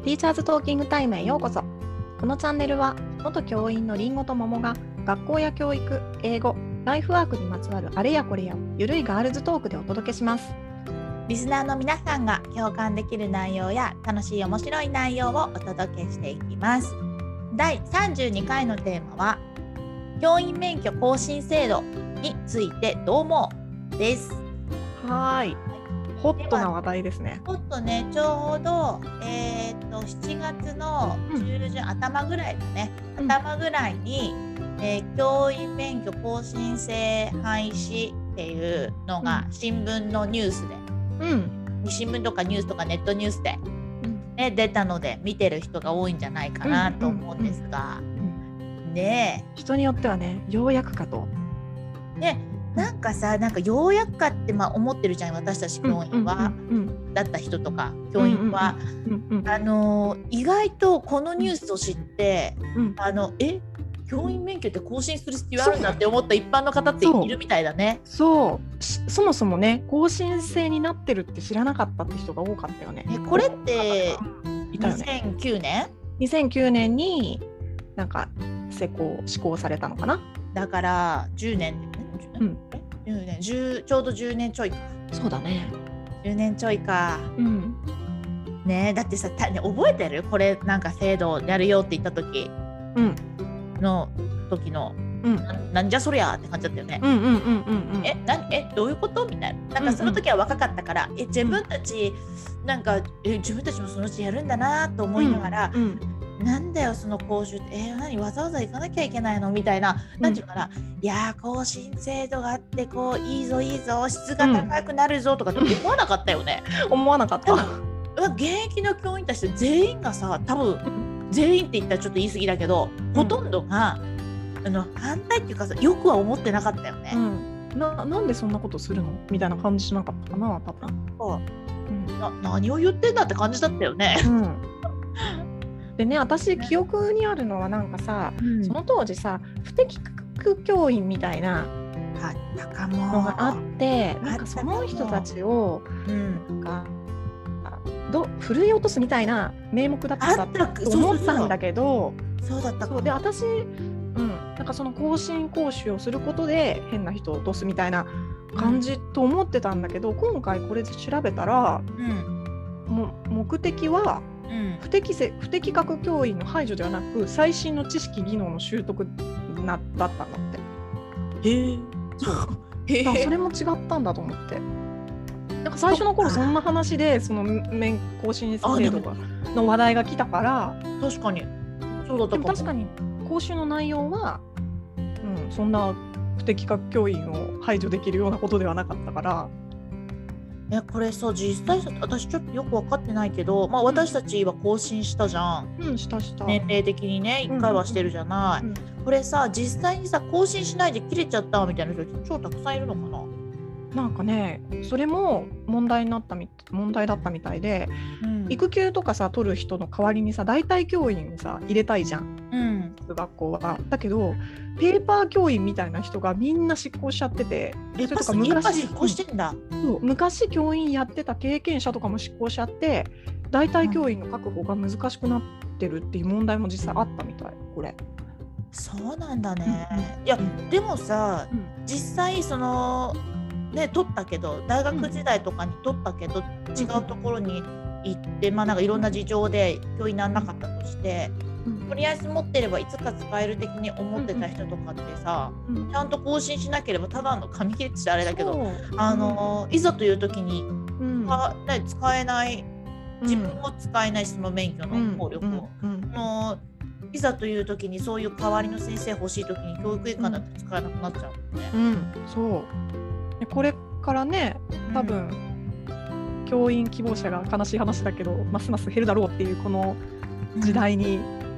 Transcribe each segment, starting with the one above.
ティーチャーズトーキングタイムへようこそ。このチャンネルは元教員のりんごと桃が学校や教育、英語、ライフワークにまつわるあれやこれやゆるいガールズトークでお届けします。 リスナーの皆さんが共感できる内容や楽しい面白い内容をお届けしていきます。第32回のテーマは教員免許更新制度についてどう思うです。 はい、ホットな話題ですね。 ちょっとね、ちょうど、7月の中旬、頭ぐらいだね、頭ぐらいに、教員免許更新制廃止っていうのが新聞のニュースで、新聞とかニュースとかネットニュースで、出たので見てる人が多いんじゃないかなと思うんですが、ねえ、 人によってはね、ようやくかと。 ね、なんかようやくかって思ってるじゃん、私たち教員は、だった人とか教員は、意外とこのニュースを知って、教員免許って更新する必要あるんだって思った一般の方っているみたいだね。 そもそもね、更新制になってるって知らなかったって人が多かったよね。 これって2009年 2009年になんか施行されたのかな。 だから10年、ちょうど10年ちょいか。そうだね、10年ちょいか。ね、だってさ、覚えてる？これなんか制度やるよって言った時のなんじゃそりゃって感じだったよね。どういうことみたいな。なんかその時は若かったから、自分たちもそのうちやるんだなと思いながら、なんだよその講習って、何わざわざ行かなきゃいけないのみたいな、なんていうかな、いや更新制度があっていいぞ質が高くなるぞとかって思わなかったよね。 思わなかった。 現役の教員たち全員がさ、多分全員って言ったらちょっと言い過ぎだけど、ほとんどが反対っていうかさ、よくは思ってなかったよね。 なんでそんなことするのみたいな感じしなかったかな、多分。 何を言ってんだって感じだったよね。 でね、私記憶にあるのはなんかさ、その当時さ、不適格教員みたいなのがあって、なんかその人たちをふるい落とすみたいな名目だったと思ったんだけど、 そうだったかも。 で私、なんかその更新講習をすることで変な人を落とすみたいな感じと思ってたんだけど、今回これで調べたら、目的は不適格教員の排除ではなく、最新の知識技能の習得だったんだって。それも違ったんだと思って。なんか最初の頃そんな話で、その免更新制度の話題が来たから、 確かにそうだったかも。 確かに講習の内容は、そんな不適格教員を排除できるようなことではなかったから。 これさ、実際私ちょっとよく分かってないけど、私たちは更新したじゃん。 した年齢的にね、1回はしてるじゃない。これさ、実際にさ、更新しないで切れちゃったみたいな人超たくさんいるのかな。 なんかね、それも問題だったみたいで、育休とかさ取る人の代わりにさ、代替教員をさ入れたいじゃん、学校は。だけどペーパー教員みたいな人がみんな失効しちゃってて、それとか昔教員やってた経験者とかも失効しちゃって、代替教員の確保が難しくなってるっていう問題も実際あったみたい。これそうなんだね。いやでもさ、実際その取ったけど、大学時代とかに取ったけど、違うところに行って、なんかいろんな事情で教員にならなかったとして、とりあえず持ってればいつか使える的に思ってた人とかってさ、ちゃんと更新しなければただの紙切れってあれだけど、いざという時に、使えない、自分も使えないその免許の効力を、いざという時にそういう代わりの先生欲しい時に教育委員会だって使えなくなっちゃうもんね。 そうこれからね、多分、教員希望者が悲しい話だけどますます減るだろうっていうこの時代に、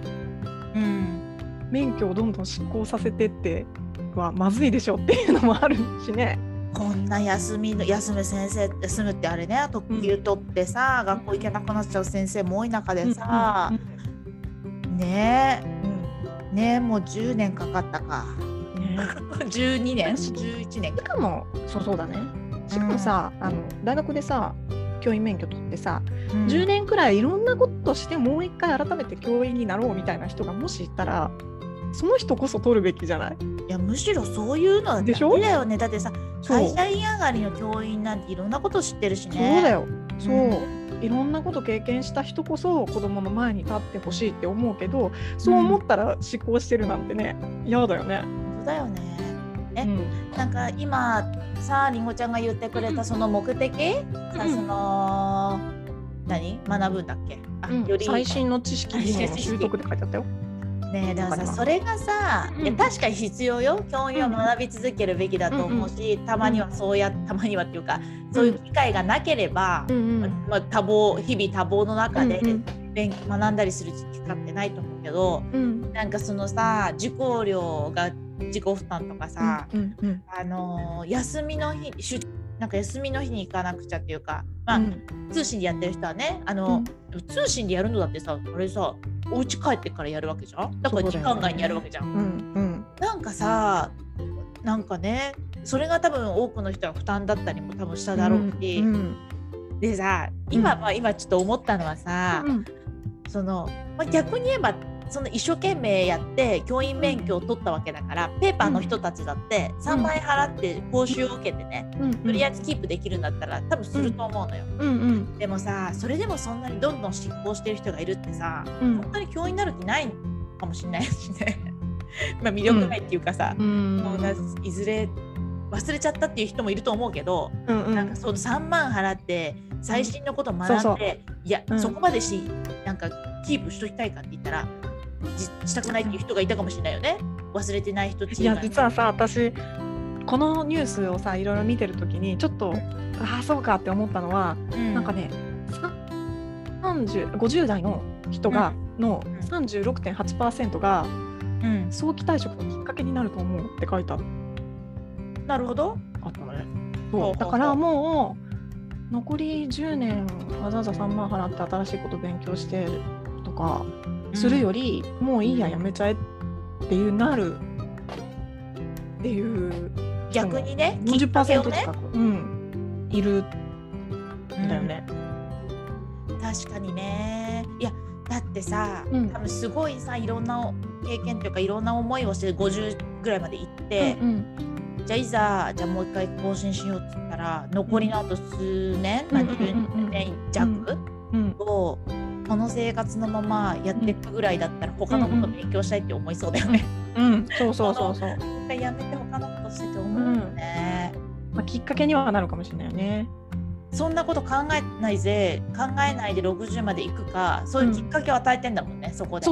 免許をどんどん失効させてってはまずいでしょっていうのもあるしね。 こんな休む先生って休むってあれね、特急取ってさ、学校行けなくなっちゃう先生も多い中でさ、ねえ、もう10年かかったか。12年11年しかもそうだね。しかもさ、大学でさ教員免許取ってさ、10年くらいいろんなことしてもう一回改めて教員になろうみたいな人がもしいたら、その人こそ取るべきじゃない？ いやむしろそういうのはダメだよね。だってさ、会社員上がりの教員なんていろんなこと知ってるしね。 そうだよ、そう、いろんなこと経験した人こそ子供の前に立ってほしいって思うけど、そう思ったら執行してるなんてね、嫌だよね。 そうだよね。なんか今さ、りんごちゃんが言ってくれたその目的、さ、その学ぶんだっけ、より最新の知識技能の習得って書いてあったよ。 ねえ、でもさ、それがさ、いや確かに必要よ。教員は学び続けるべきだと思うし、たまにはたまにはっていうか、そういう機会がなければ、日々多忙の中で学んだりする機会ってないと思うけど、なんかそのさ、受講料が自己負担とかさ、休みの日なんか休みの日に行かなくちゃっていうか、通信でやってる人はね、通信でやるのだってさ、あれさ、お家帰ってからやるわけじゃん。だから時間外にやるわけじゃん。なんかさ、なんかね、それが多分多くの人は負担だったりも多分しただろうし、でさ、今ちょっと思ったのはさ、その逆に言えばその一生懸命やって教員免許を取ったわけだから、ペーパーの人たちだって3万円払って講習を受けてね、とりあえずキープできるんだったら多分すると思うのよ。でもさ、それでもそんなにどんどん執行してる人がいるってさ、本当に教員になる気ないかもしれないしね魅力ないっていうかさ、もういずれ忘れちゃったっていう人もいると思うけど、なんかその3万払って最新のことを学んで、いや、そこまでなんかキープしときたいかって言ったらしたくないっていう人がいたかもしれないよね。忘れてない人っていうのは。いや実はさ、私このニュースをさいろいろ見てるときにちょっと、そうかって思ったのは、なんかね、50代の人が、の 36.8% が、早期退職のきっかけになると思うって書いてある。 なるほど。 あったね。そうだからもう残り10年わざわざ3万払って新しいこと勉強してとかするより、もういいや、やめちゃえっていうなるっていう逆にね、 40% 近く、いるんだよね。 確かにね。いやだってさ、多分すごいさ、いろんな経験というかいろんな思いをして50ぐらいまで行って、じゃあもう一回更新しようって言ったら、残りのあと数年、10年弱をこの生活のままやっていくぐらいだったら、他のこと勉強したいって思いそうだよね。 そう。 一回やめて他のことしてって思うよね。 きっかけにはなるかもしれないよね。 そんなこと考えないで60まで行くか、そういうきっかけを与えてんだもんね、そこで。そう。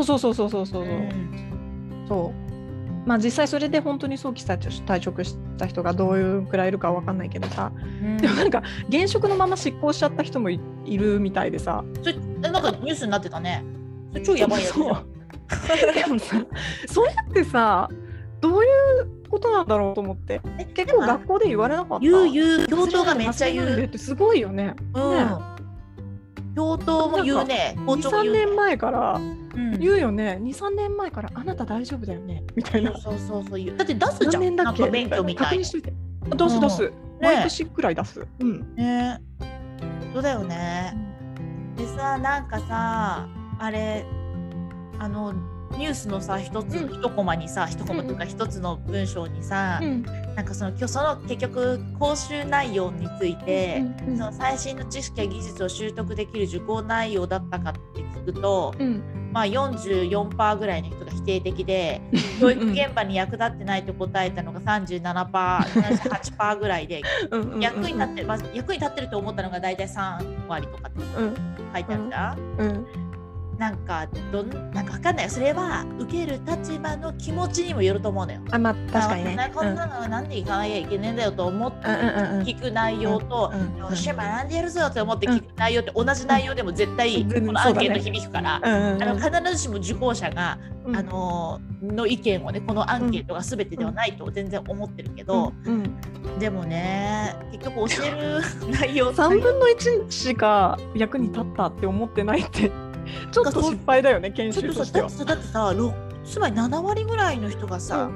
実際それで本当に早期退職した人がどういうくらいいるかは分かんないけどさ、でもなんか現職のまま執行しちゃった人も いるみたいでさ、 それなんかニュースになってたね。それ超やばいやつじゃん。 でもさ、それってさ、どういうことなんだろうと思って、結構学校で言われなかった？ 言う教頭がめっちゃ言うってすごいよね。 教頭も言うね。 2、3年前から言うよね。2、3年前からあなた大丈夫だよねみたいな。 そう言う。だって出すじゃん。なんか勉強みたいな。 確認しといて。出す。毎年くらい出す。 ね。そうだよね。でさ、なんかさ、あれニュースのさ、一コマにさ、一コマとか一つの文章にさ、なんかその結局講習内容について、その最新の知識や技術を習得できる受講内容だったかって聞くと、44% ぐらいの人が否定的で、教育現場に役立ってないと答えたのが 37%、78% ぐらいで、役に立ってると思ったのが大体3割とかって書いてあるじゃん。なんか分かんないよ。それは受ける立場の気持ちにもよると思うのよ。 確かにね。 こんなのなんで行かなきゃいけないんだよと思って聞く内容と、よっしゃ学んでやるぞって思って聞く内容って同じ内容でも絶対このアンケート響くから、必ずしも受講者がの意見をね、このアンケートが全てではないと全然思ってるけど、でもね、結局教える内容 3分の1しか役に立ったって思ってないってちょっと失敗だよね、研修としては。 だってさ、つまり7割ぐらいの人がさ、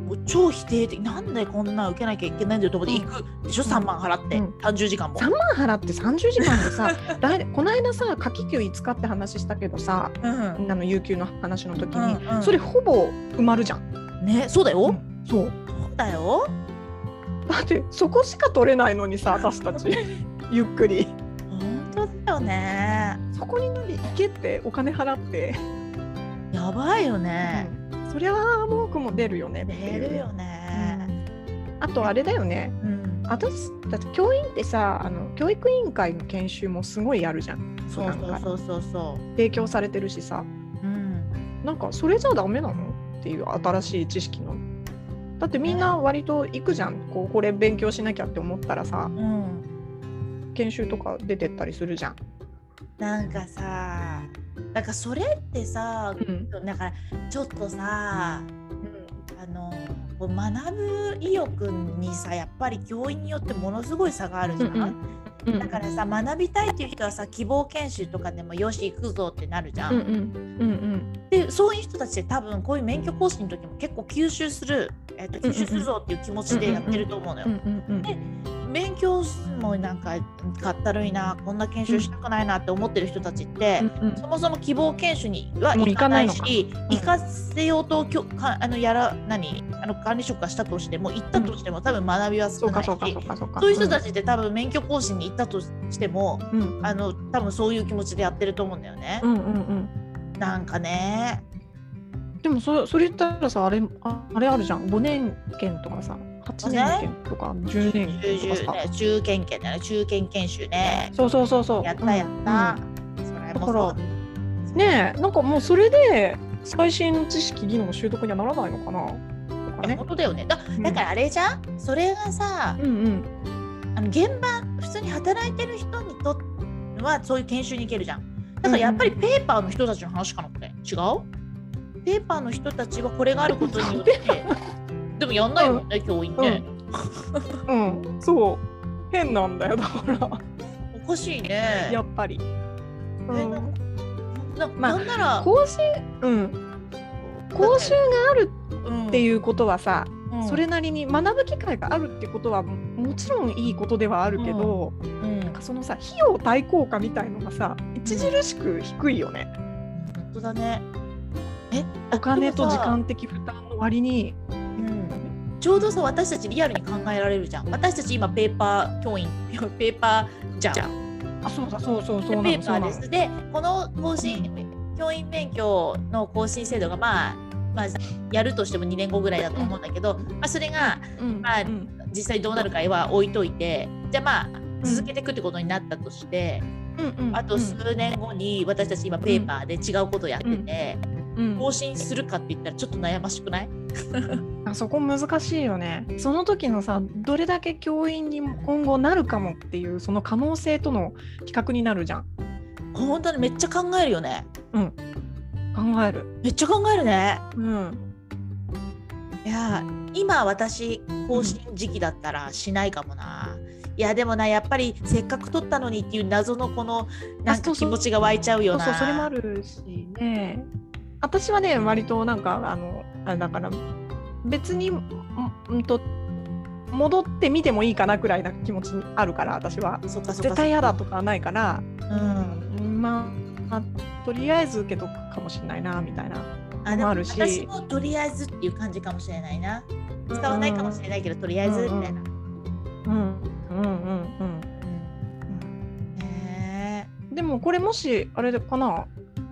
もう超否定的、なんでこんな受けなきゃいけないんだよと思って行くでしょ、3万払って、30時間も。 3万払って30時間でさこの間さ夏季休5日って話したけどさ、有給の話の時に、それほぼ埋まるじゃん。 ね、そうだよ、 そうだよ。 だってそこしか取れないのにさ、私たちゆっくり。 本当だよね。 そこに行けってお金払ってやばいよね。 そりゃ文句も出るよね。 出るよね。 あとあれだよね、私だって教員ってさ、教育委員会の研修もすごいやるじゃん。 そう提供されてるしさ、なんかそれじゃダメなのっていう新しい知識の。だってみんな割と行くじゃん、これ勉強しなきゃって思ったらさ、研修とか出てったりするじゃん。 なんかさ、なんかそれってさ、だからちょっとさ、こう学ぶ意欲にさ、やっぱり教員によってものすごい差があるじゃん。だからさ、学びたいっていう人はさ、希望研修とかでもよし行くぞってなるじゃん。でそういう人たちって多分こういう免許更新の時も結構吸収するぞっていう気持ちでやってると思うのよ。で勉強もなんかかったるいな、こんな研修したくないなって思ってる人たちって、そもそも希望研修には行かないし、行かせようと管理職がしたとしても、行ったとしても多分学びは少ないし、そういう人たちって多分免許更新に行ったとしても、多分そういう気持ちでやってると思うんだよね。なんかね。 でもそれ言ったらさ、あれあるじゃん、5年券とかさ、8年券とか10年券とかさ、 中堅券だね、中堅研修ね。 そうやった、それもそうね。なんかもうそれで最新の知識技能の習得にはならないのかなとかね。 本当だよね。だからあれじゃん、それがさ、現場普通に働いてる人にとってはそういう研修に行けるじゃん。だからやっぱりペーパーの人たちの話かなって。違う？ペーパーの人たちはこれがあることによってでもやんないもんね、教員ね。 そう変なんだよ、だからおかしいね、 やっぱり。 なんなら講習があるっていうことはさ、それなりに学ぶ機会があるってことはもちろんいいことではあるけど、なんかそのさ、費用対効果みたいのがさ、著しく低いよね。 本当だね。 お金と時間的負担の割に、 ちょうどさ、私たちリアルに考えられるじゃん。私たち今ペーパー教員、ペーパーじゃん。 そうペーパーです。でこの教員免許の更新制度がまあやるとしても2年後ぐらいだと思うんだけど、それが、実際どうなるかは置いといて、じゃあ続けていくってことになったとして、あと数年後に私たち今ペーパーで違うことやってて、更新するかって言ったらちょっと悩ましくない？ そこ難しいよね。その時のさ、どれだけ教員に今後なるかもっていうその可能性との比較になるじゃん。 本当にめっちゃ考えるよね。 考える。 めっちゃ考えるね。いや今私更新時期だったらしないかもな。いやでもな、やっぱりせっかく取ったのにっていう謎のこのなんか気持ちが湧いちゃうよな。 それもあるしね。私はね、割となんかだから別に戻ってみてもいいかなくらいな気持ちにあるから、私は絶対嫌だとかはないから、とりあえず受けとくかもしれないなみたいなのもあるし、 私もとりあえずっていう感じかもしれないな。使わないかもしれないけど、とりあえずみたいな。 でもこれもしあれかな、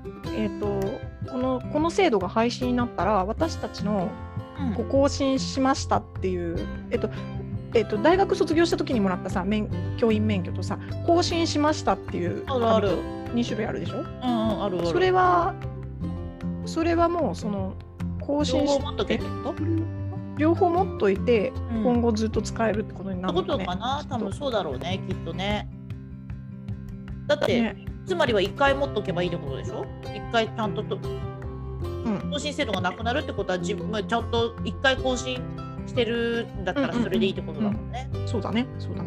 この制度が廃止になったら、私たちの更新しましたっていう、大学卒業した時にもらったさ、教員免許とさ、更新しましたっていう2種類あるでしょ。 ある。 それはもうその更新して両方持っといて、今後ずっと使えるってことになるのね。 ってことかな、多分そうだろうね、きっとね。だって、つまりは1回持っとけばいいってことでしょ。1回ちゃんと更新制度がなくなるってことは、自分ちゃんと1回更新してるんだったらそれでいいってことだもんね。 そうだね。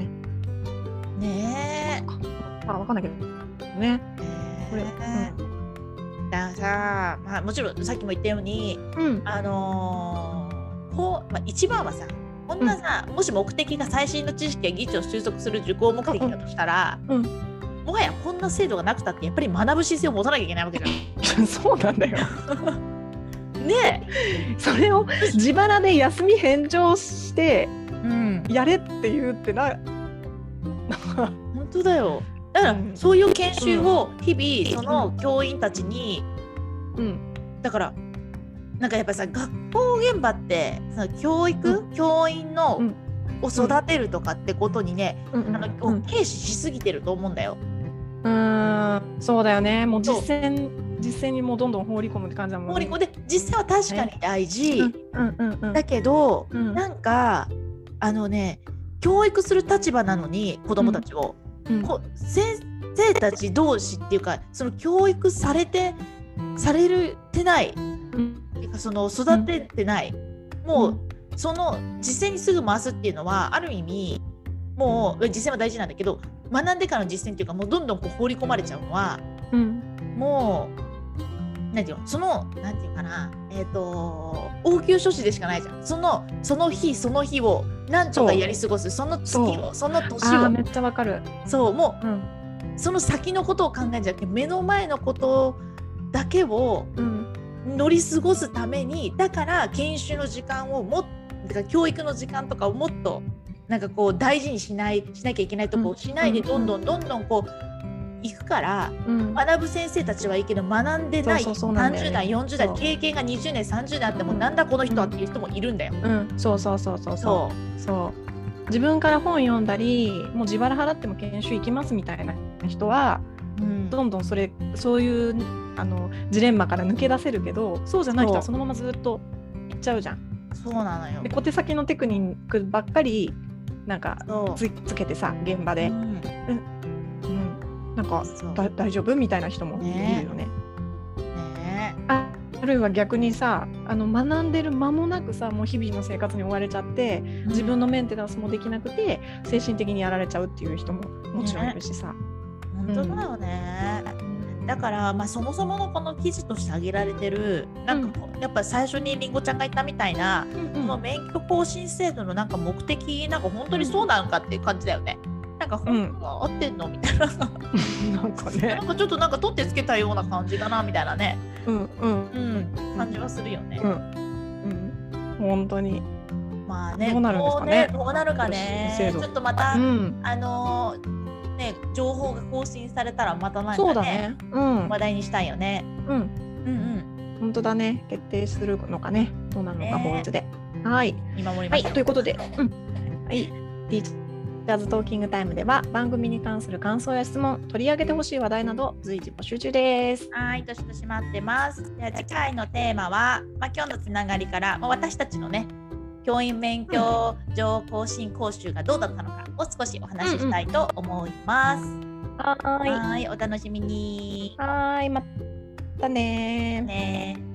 ねえ。分かんないけどね。これ。 だからさ、もちろんさっきも言ったように、 一番はさ、こんなさ、もし目的が最新の知識や技術を習得する受講目的だとしたら、もはやこんな制度がなくたってやっぱり学ぶ姿勢を持たなきゃいけないわけじゃん。 そうなんだよ。 ねえ、それを自腹で休み返上してやれって言うって本当だよ。だから、そういう研修を日々その教員たちに、だからなんかやっぱさ、学校現場ってさ、教員のを育てるとかってことにね、軽視しすぎてると思うんだよ。 そうだよね。もう実践にもうどんどん放り込むって感じだもんね。 放り込んで、実践は確かに大事、だけど、なんか教育する立場なのに子どもたちを、先生たち同士っていうか、その教育されてない、その育ててない、もうその実践にすぐ回すっていうのはある意味もう実践は大事なんだけど、学んでからの実践っていうか、もうどんどんこう放り込まれちゃうのは、もうなんていうの、なんていうかな、応急処置でしかないじゃん。その日をなんとかやり過ごす、その月を、その年を。 めっちゃわかる。 そう、もう、その先のことを考えちゃうけど、目の前のことだけを乗り過ごすために、だから研修の時間をだから教育の時間とかをもっとなんかこう大事にしなきゃいけないとこをしないで、どんどんこう行くから、学ぶ先生たちはいいけど、学んでない30代40代経験が20年30年あっても、なんだこの人はっていう人もいるんだよ。 そう自分から本読んだり、もう自腹払っても研修行きますみたいな人は、どんどんそういうジレンマから抜け出せるけど、そうじゃない人はそのままずっと行っちゃうじゃん。 そうなのよ。 で、小手先のテクニックばっかりなんかつけてさ、現場で、なんか大丈夫みたいな人もいるよね。あるいは逆にさ、学んでる間もなくさ、もう日々の生活に追われちゃって、自分のメンテナンスもできなくて精神的にやられちゃうっていう人ももちろんいるしさ。 本当だよね。だから、そもそものこの記事として挙げられてる、なんかやっぱ最初にりんごちゃんが言ったみたいな、この免許更新制度のなんか目的、なんか本当にそうなのかっていう感じだよね。なんか本当は合ってんのみたいな。なんかね、なんかちょっとなんか取ってつけたような感じかなみたいなね。感じはするよね。 本当に。 まあね、 どうなるんですかね。 どうなるかね。ちょっとまた、情報が更新されたらまたなんかね、話題にしたいよね。 本当だね。決定するのかね。どうなるのか、法律で。はい。 見守りましょう。 ということで、はい。ティーチャーズトーキングタイムでは、番組に関する感想や質問、取り上げてほしい話題など随時募集中です。 はい、どしどし待ってます。では次回のテーマは、今日のつながりから、私たちのね、教員免許状更新講習がどうだったのかを少しお話ししたいと思います。はい、お楽しみに。 はい、またね。